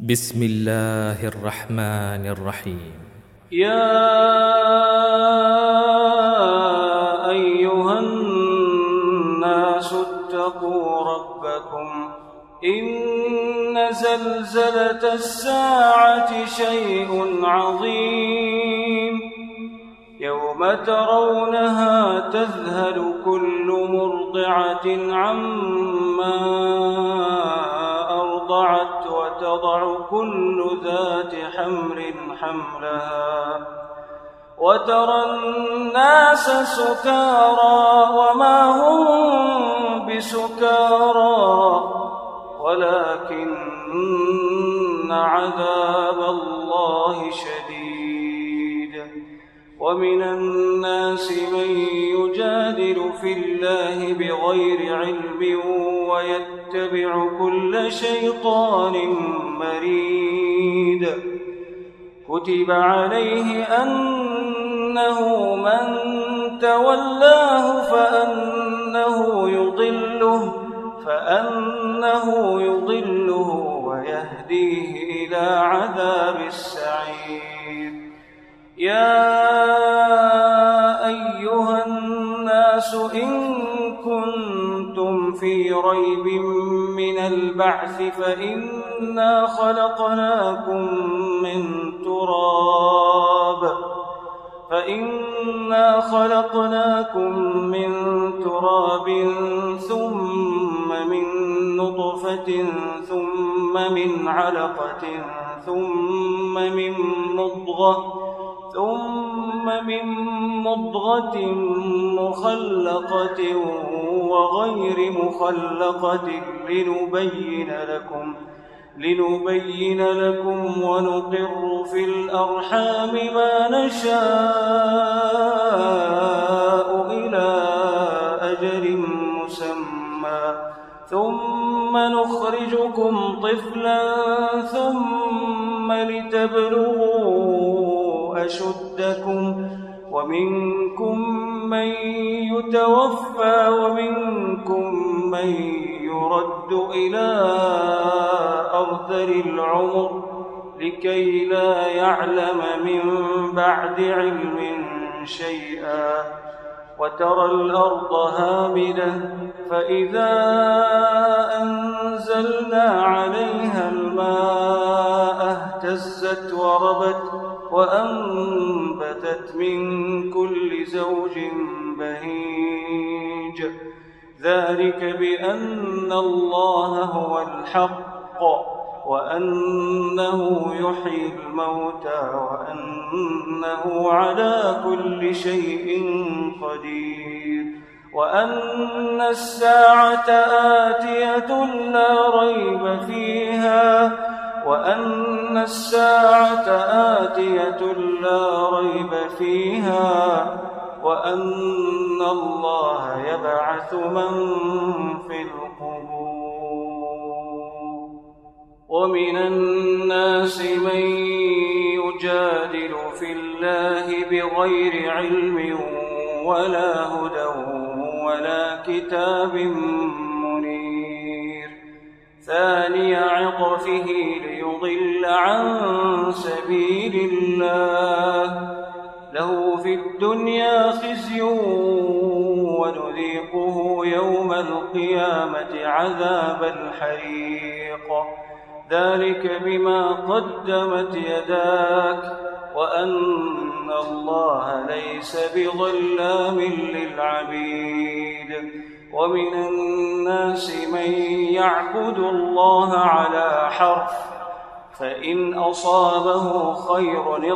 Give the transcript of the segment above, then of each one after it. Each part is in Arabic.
بسم الله الرحمن الرحيم. يا أيها الناس اتقوا ربكم إن زلزلة الساعة شيء عظيم يوم ترونها تذهل كل مرضعة عما أرضعت وتضع كل ذات حمل حملها وترى الناس سكارى وما هم بسكارى ولكن عذاب الله شديد. ومن الناس من يجادل في الله بغير علم ويتبع كل شيطان مريد. كتب عليه أنه من تولاه فأنه يضله ويهديه إلى عذاب السعير. يا أيها الناس إن كنتم في ريب من البعث فإنا خلقناكم من تراب ثم من نطفة ثم من علقة ثم من مضغة مخلقة وغير مخلقة لنبين لكم ونقر في الأرحام ما نشاء إلى أجل مسمى ثم نخرجكم طفلا ثم لتبلغوا أشدكم ومنكم من يتوفى ومنكم من يرد إلى أرذل العمر لكي لا يعلم من بعد علم شيئا. وترى الأرض هامدة فإذا أنزلنا عليها الماء اهتزت وربت وأنبتت من كل زوج بهيج. ذلك بأن الله هو الحق وأنه يحيي الموتى وأنه على كل شيء قدير وأن الساعة آتية لا ريب فيها وأن الله يبعث من في القبور. ومن الناس من يجادل في الله بغير علم ولا هدى ولا كتاب منير. ثاني عطفه ليضل عن سبيل الله له في الدنيا خزي ونذيقه يوم القيامة عذاب الحريق. ذلك بما قدمت يداك وأن الله ليس بظلام للعبيد. ومن الناس من يعبد الله على حرف فإن أصابه خير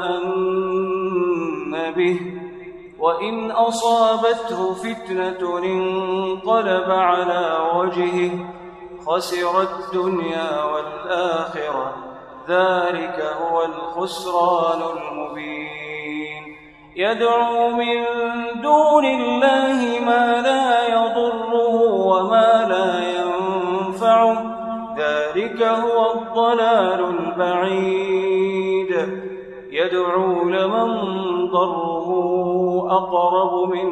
اطمأن به وإن أصابته فتنة انقلب على وجهه خسر الدنيا والآخرة. ذلك هو الخسران المبين. يدعو من دون الله ما لا يضره وما لا ينفعه ذلك هو الضلال البعيد. يدعو لمن ضره أقرب من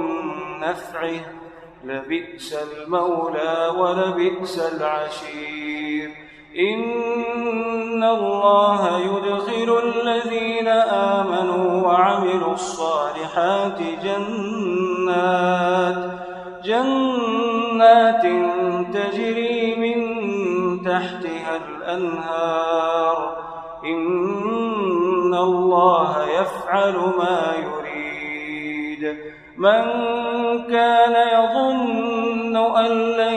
نفعه لبئس المولى ولبئس العشير. إن الله يدخل الذين آمنوا وعملوا الصالحات جنات تجري من تحتها الأنهار إن الله يفعل ما يريد. من كان يظن أن لن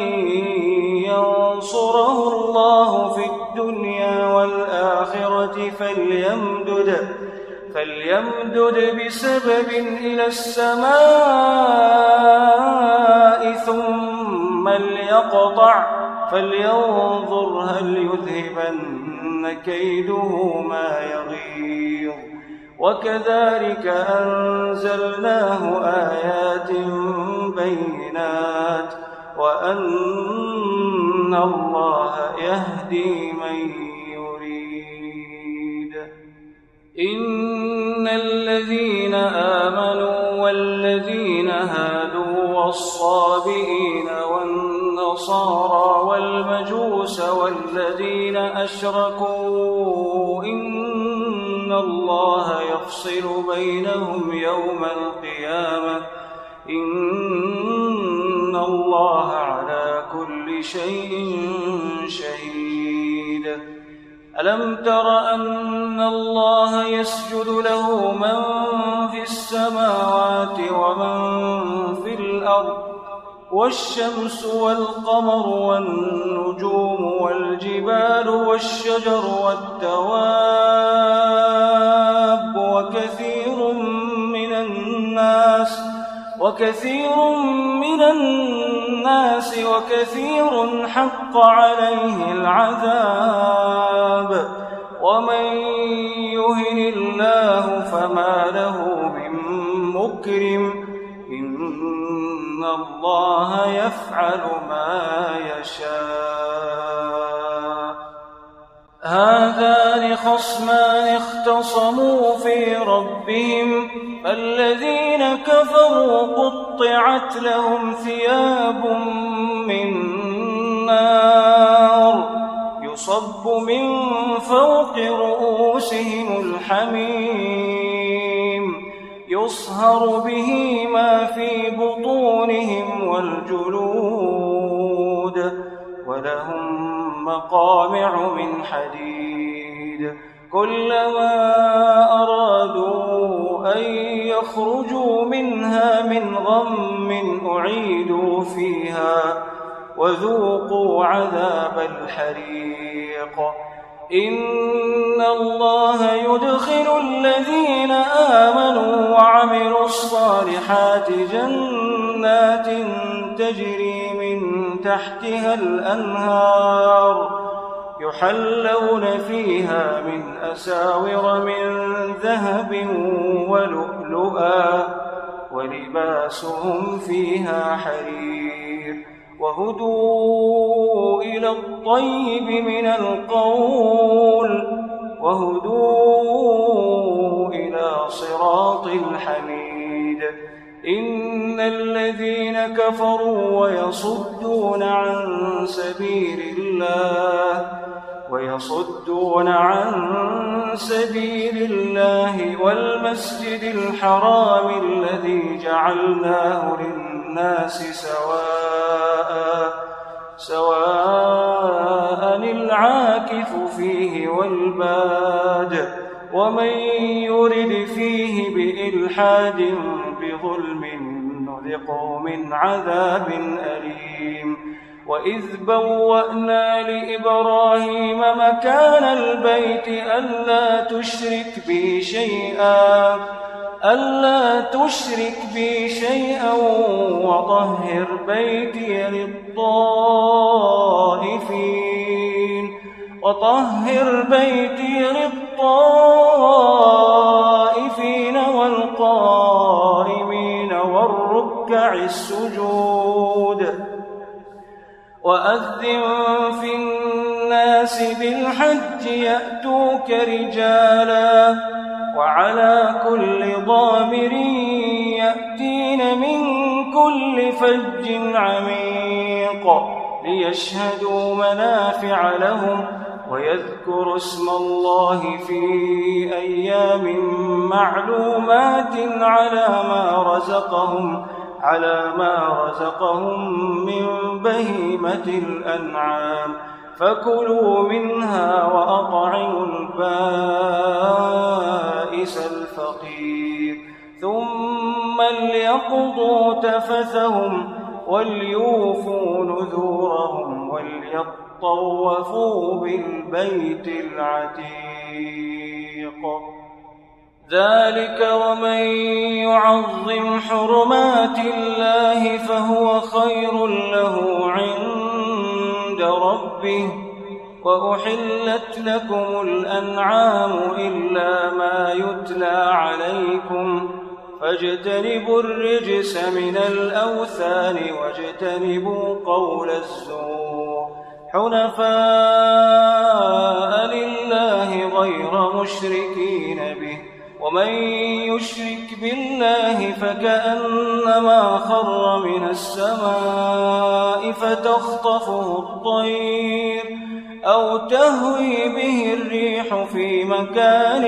ينصره الله في الدنيا والآخرة فليمدد بسبب إلى السماء ثم ليقطع فلينظر هل يذهبن كيده ما يغيظ. وكذلك أنزلناه آيات بينات وأن الله يهدي من يريد. إن الذين آمنوا والذين هادوا والصابئين والنصارى والمجوس والذين أشركوا إن الله يفصل بينهم يوم القيامة إن الله على كل شيء شهيد. ألم تر أن الله يسجد له من في السماوات ومن في الأرض والشمس والقمر والنجوم والجبال والشجر والدواب وكثير حق عليه العذاب. ومن يهن الله فما له من مكرم إن الله يفعل ما يشاء. هذان خصمان اختصموا في ربهم فالذين كفروا قطعت لهم ثياب من نار يصب من فوق رؤوسهم الحميم يصهر به ما في بطونهم والجلود ولهم مقامع من حديد كلما أرادوا أن يخرجوا منها من غم أعيدوا فيها وذوقوا عذاب الحريق. إن الله يدخل الذين آمنوا وعملوا الصالحات جنات تجري من تحتها الأنهار يحلون فيها من أساور من ذهب ولؤلؤا ولباسهم فيها حرير وهدوا إلى الطيب من القول وهدوا إلى صراط الحميد. إن الذين كفروا ويصدون عن سبيل الله والمسجد الحرام الذي جعلناه للناس سواء العاكف فيه والباد ومن يرد فيه بإلحاد بظلم نذقه من عذاب أليم. وإذ بوأنا لإبراهيم مكان البيت ألا تشرك بي شيئا وطهر بيتي للطائفين والقائمين والركع السجود. وأذن في الناس بالحج يأتوك رجالا وعلى كل ضامر يأتين من كل فج عميق ليشهدوا منافع لهم ويذكر اسم الله في أيام معلومات على ما رزقهم من بهيمة الأنعام فكلوا منها وأطعموا البائس الفقير ثم ليقضوا تفثهم وليوفوا نذورهم وليطوفوا بالبيت العتيق ذلك ومن يعظم حرمات الله فهو خير له عند ربه وأحلت لكم الأنعام إلا ما يتلى عليكم فاجتنبوا الرجس من الأوثان واجتنبوا قول الزور حنفاء لله غير مشركين به ومن يشرك بالله فكأنما خر من السماء فتخطفه الطير أو تهوي به الريح في مكان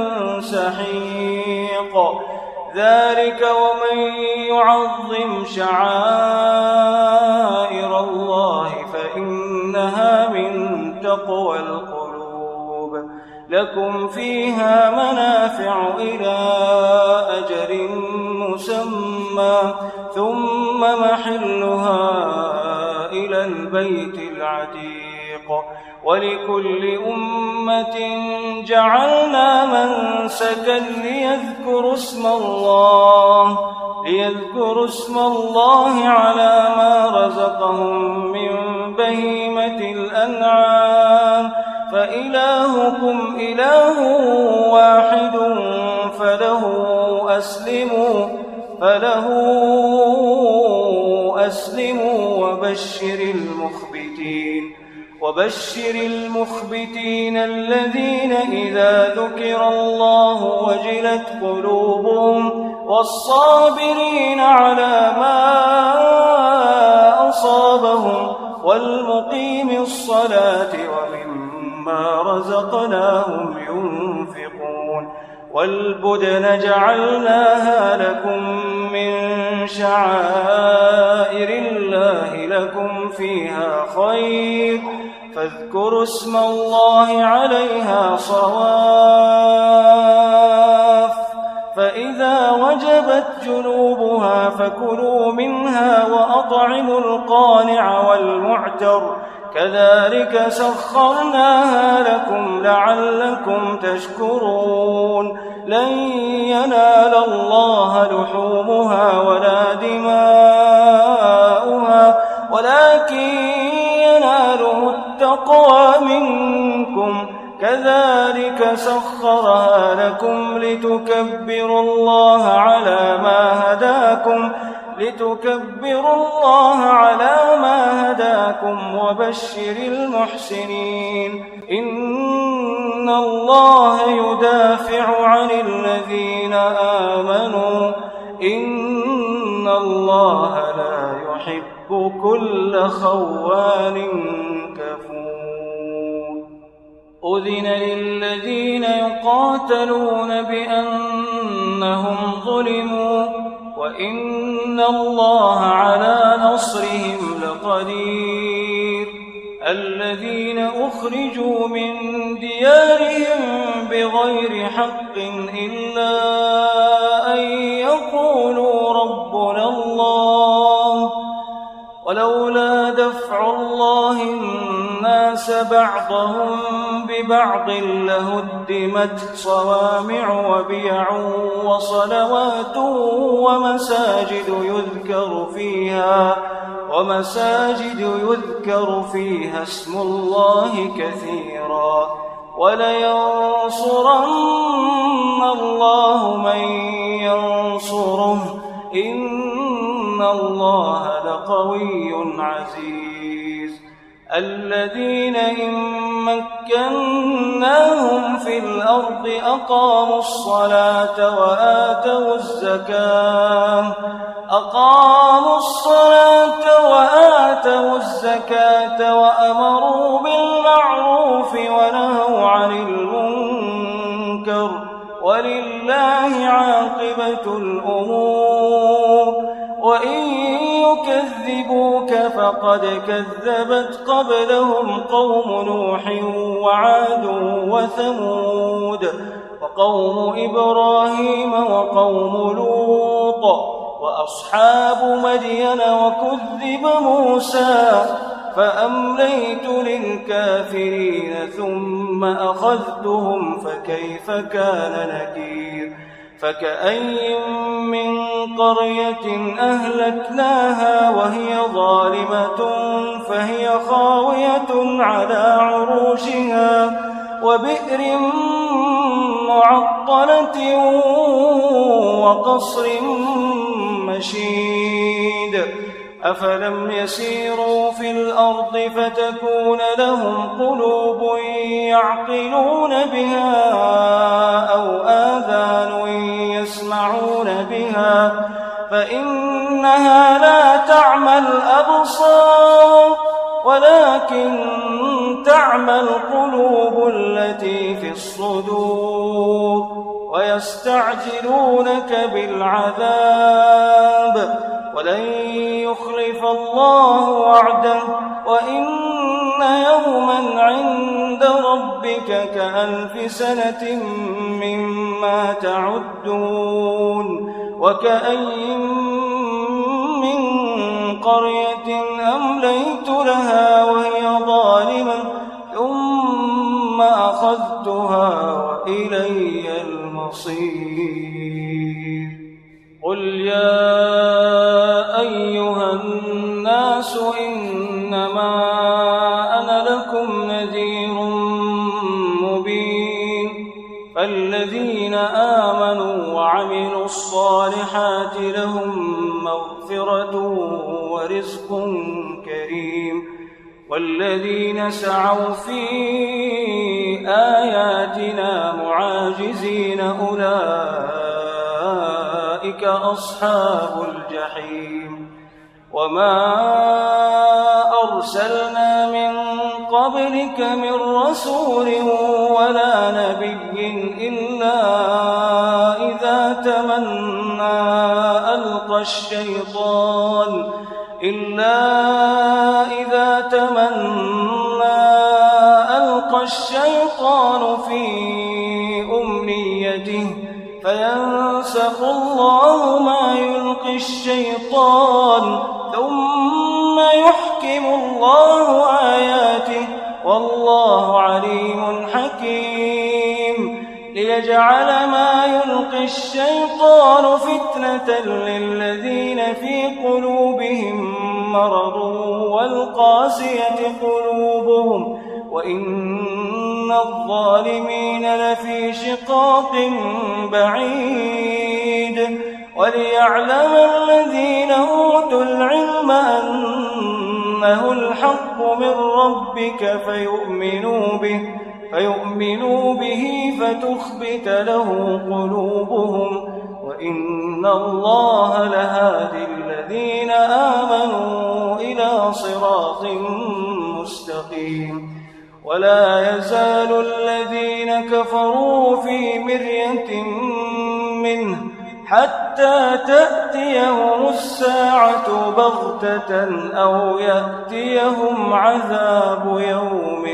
سحيق ذلك ومن يعظم شعائر الله فإنها من تقوى القلوب لكم فيها منافع إلى أجل مسمى ثم محلها إلى البيت العتيق ولكل أمة جعلنا منسكا ليذكروا اسم الله على ما رزقهم من بهيمة الأنعام فإلهكم إله واحد فله أسلموا وبشر المخبتين الذين إذا ذكر الله وجلت قلوبهم والصابرين على ما أصابهم والمقيم الصلاة ومما رزقناهم ينفقون والبدن جعلناها لكم من شعائر الله لكم فيها خير فاذكروا اسم الله عليها صواف فإذا وجبت جنوبها فكلوا منها وأطعموا القانع والمعتر كذلك سخرناها لكم لعلكم تشكرون لن ينال الله لحومها ولا دماؤها ولكن يناله التقوى منكم كذلك سخرها لكم لتكبروا الله على ما هداكم وبشر المحسنين إن الله يدافع عن الذين آمنوا إن الله لا يحب كل خوان كفور أذن للذين يقاتلون بأنهم ظلموا وإن الله على نصرهم لقدير الذين أخرجوا من ديارهم بغير حق إلا أن يقولوا ربنا الله ولولا دفع الله الناس بعضهم ببعض لهدمت صوامع وبيع وصلوات ومساجد يذكر فيها اسم الله كثيرا ولينصرن الله من ينصره إن الله لقوي عزيز الذين إن مكناهم في الأرض أقاموا الصلاة وآتوا الزكاة وأمروا بالمعروف منكر ولله عاقبة الأمور وإن يكذبوك فقد كذبت قبلهم قوم نوح وعاد وثمود وقوم إبراهيم وقوم لوط وأصحاب مدين وكذب موسى فأمليت للكافرين ثم أخذتهم فكيف كان نكير فكأي من قرية أهلكناها وهي ظالمة فهي خاوية على عروشها وبئر معطلة وقصر مشيد أفلم يسيروا في الأرض فتكون لهم قلوب يعقلون بها أو آذان يسمعون بها فإنها لا تعمى الأبصار ولكن تعمى القلوب التي في الصدور ويستعجلونك بالعذاب ولن يخلف الله وعده وإن يوما عند ربك كألف سنة مما تعدون وكأي من قرية أمليت لها وهي ظالمة ثم أخذتها وإلي المصير قل يا أيها الناس إنما أنا لكم نذير مبين فالذين آمنوا وعملوا الصالحات لهم مغفرة ورزق كريم والذين سعوا في آياتنا معاجزين أولئك أصحاب الجحيم وما أرسلنا من قبلك من رسول ولا نبي إلا إذا تمنى ألقى الشيطان في أمنيته فينسخ الله ما يلقي الشيطان ثم يحكم الله آياته والله عليم حكيم ليجعل ما يلقي الشيطان فتنة للذين في قلوبهم مرض والقاسية قلوبهم وإن الظالمين لفي شقاق بعيد وليعلم الذين أوتوا العلم أنه الحق من ربك فيؤمنوا به فتخبت له قلوبهم وإن الله لهادي الذين آمنوا إلى صراط مستقيم ولا يزال الذين كفروا في مرية منه حتى تأتيهم الساعة بغتة أو يأتيهم عذاب يوم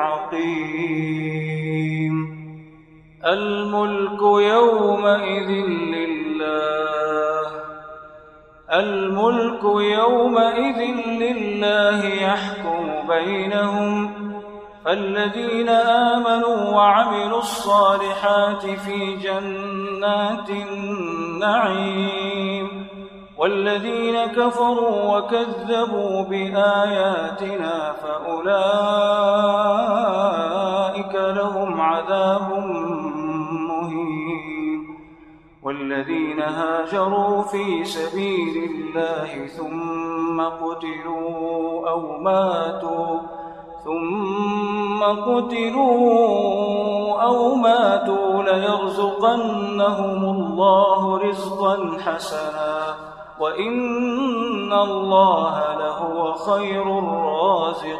عقيم الملك يومئذ لله يحكم بينهم فالذين آمنوا وعملوا الصالحات في جنات النعيم والذين كفروا وكذبوا بآياتنا فأولئك لهم عذاب مهين والذين هاجروا في سبيل الله ثم قتلوا أو ماتوا ليرزقنهم الله رزقا حسنا وإن الله لهو خير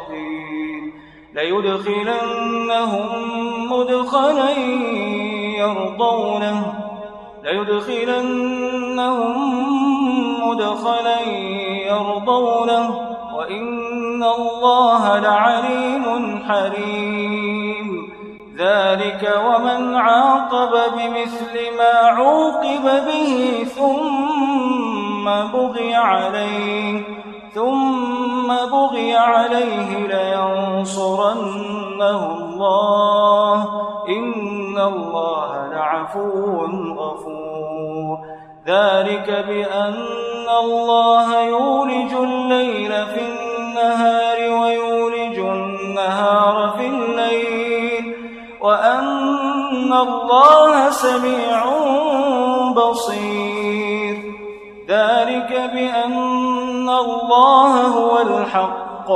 الرازقين ليدخلنهم مدخلا مدخلا يرضونه وإن الله لعليم حليم. ذلك ومن عاقب بمثل ما عوقب به ثم بغي عليه لينصرنه الله إن الله لعفو غفور. ذلك بأن الله يولج الليل في النهار ويولج النهار في الليل وأن الله سميع بصير. ذلك بأن الله هو الحق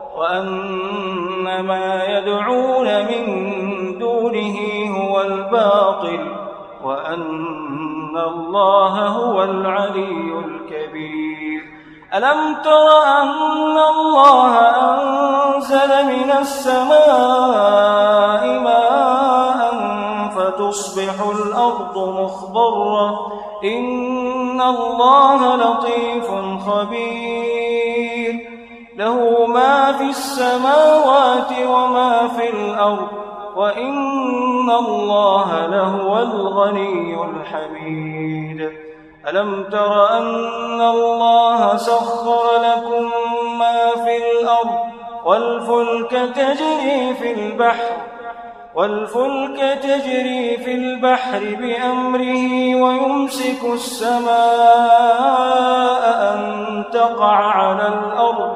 وأن ما يدعون من دونه هو الباطل وأن الله هو العلي الكبير. ألم تر أن الله أنزل من السماء ماء فتصبح الأرض مخضرة إن الله لطيف خبير. له ما في السماوات وما في الأرض وإن الله لهو الغني الحميد. ألم تر أن الله سخر لكم ما في الأرض والفلك تجري في البحر بأمره ويمسك السماء أن تقع على الأرض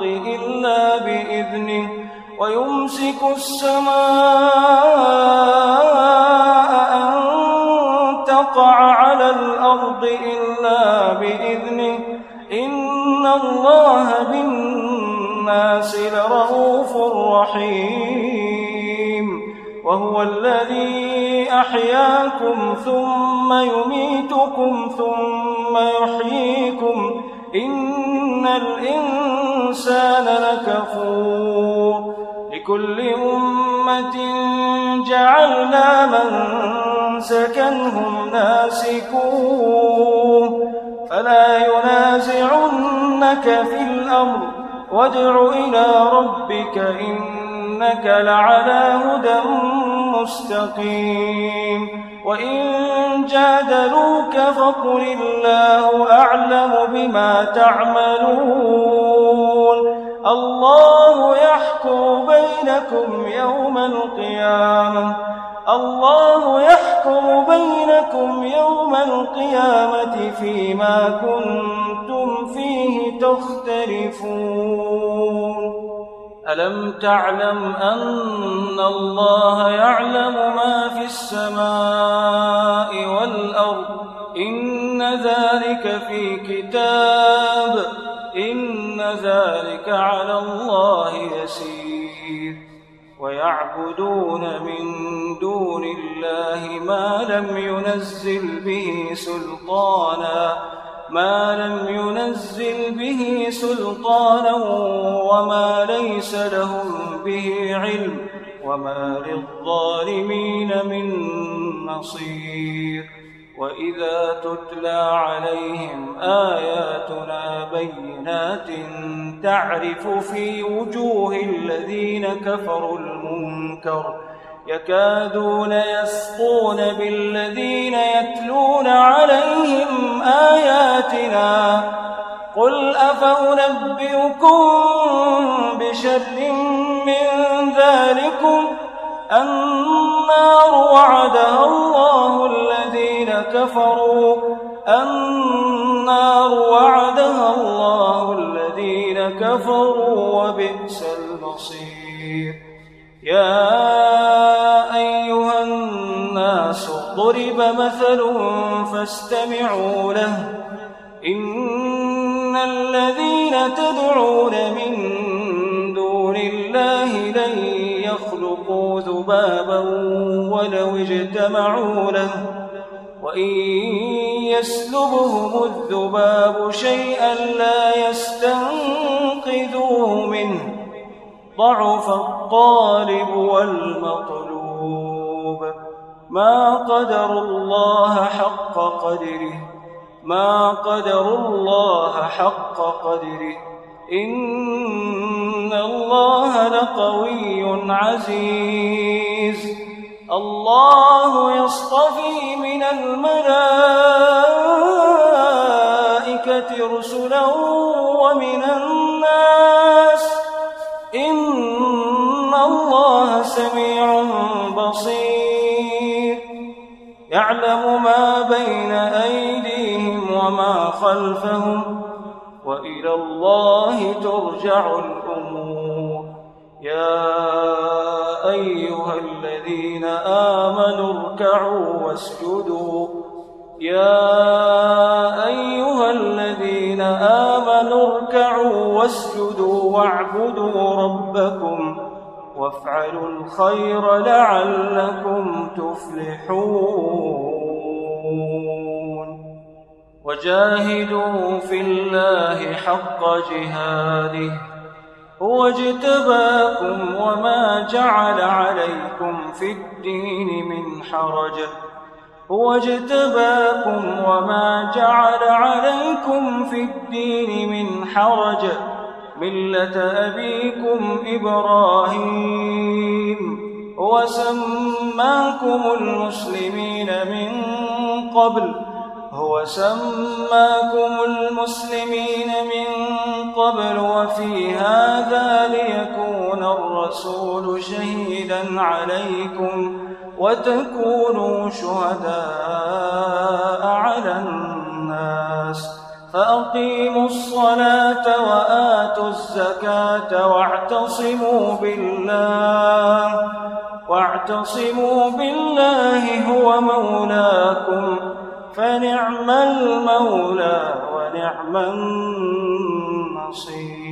إلا بإذنه إن الله بالناس لرءوف رحيم. وهو الذي أحياكم ثم يميتكم ثم يحييكم إن الإنسان لكفور. لكل أمة جعلنا منسكا هم ناسكوه فلا ينازعنك في الأمر وادع إلى ربك إنك لعلى هدى مستقيم. وإن جادلوك فقل الله أعلم بما تعملون الله يحكم بينكم يوم القيامة فيما كنتم فيه تختلفون. ألم تعلم أن الله يعلم ما في السماء والأرض إن ذلك في كتاب إن ذلك على الله يسير. ويعبدون من دون الله ما لم ينزل به سلطانا وما ليس لهم به علم وما للظالمين من نصير. وإذا تتلى عليهم آياتنا بينات تعرف في وجوه الذين كفروا المنكر يكادون يسطون بالذين يتلون عليهم آياتنا قل أفأنبئكم بشر من ذلكم النار وعدها الله الذين كفروا وبئس المصير. يا أيها الناس ضرب مثل فاستمعوا له إن الذين تدعون من دون الله لن يخلقوا ذبابا ولو اجتمعوا له وإن يسلبهم الذباب شيئا لا يستنقذوه منه ضعف الطالب والمطلوب. ما قدروا الله حق قدره إن الله لقوي عزيز الله يصطفي من الملائكة رسلا ومن الناس إن الله سميع بصير يعلم ما بين أيديهم وما خلفهم وإلى الله ترجع الأمور يا أيها الذين آمنوا اركعوا واسجدوا واعبدوا ربكم وافعلوا الخير لعلكم تفلحون وجاهدوا في الله حق جهاده هو اجتباكم وما جعل عليكم في الدين من حرج ملة أبيكم إبراهيم هو سماكم المسلمين من قبل وفي هذا ليكون الرسول شهيدا عليكم وتكونوا شهداء على الناس فأقيموا الصلاة وآتوا الزكاة واعتصموا بالله هو مولاكم فنعم المولى ونعم النصير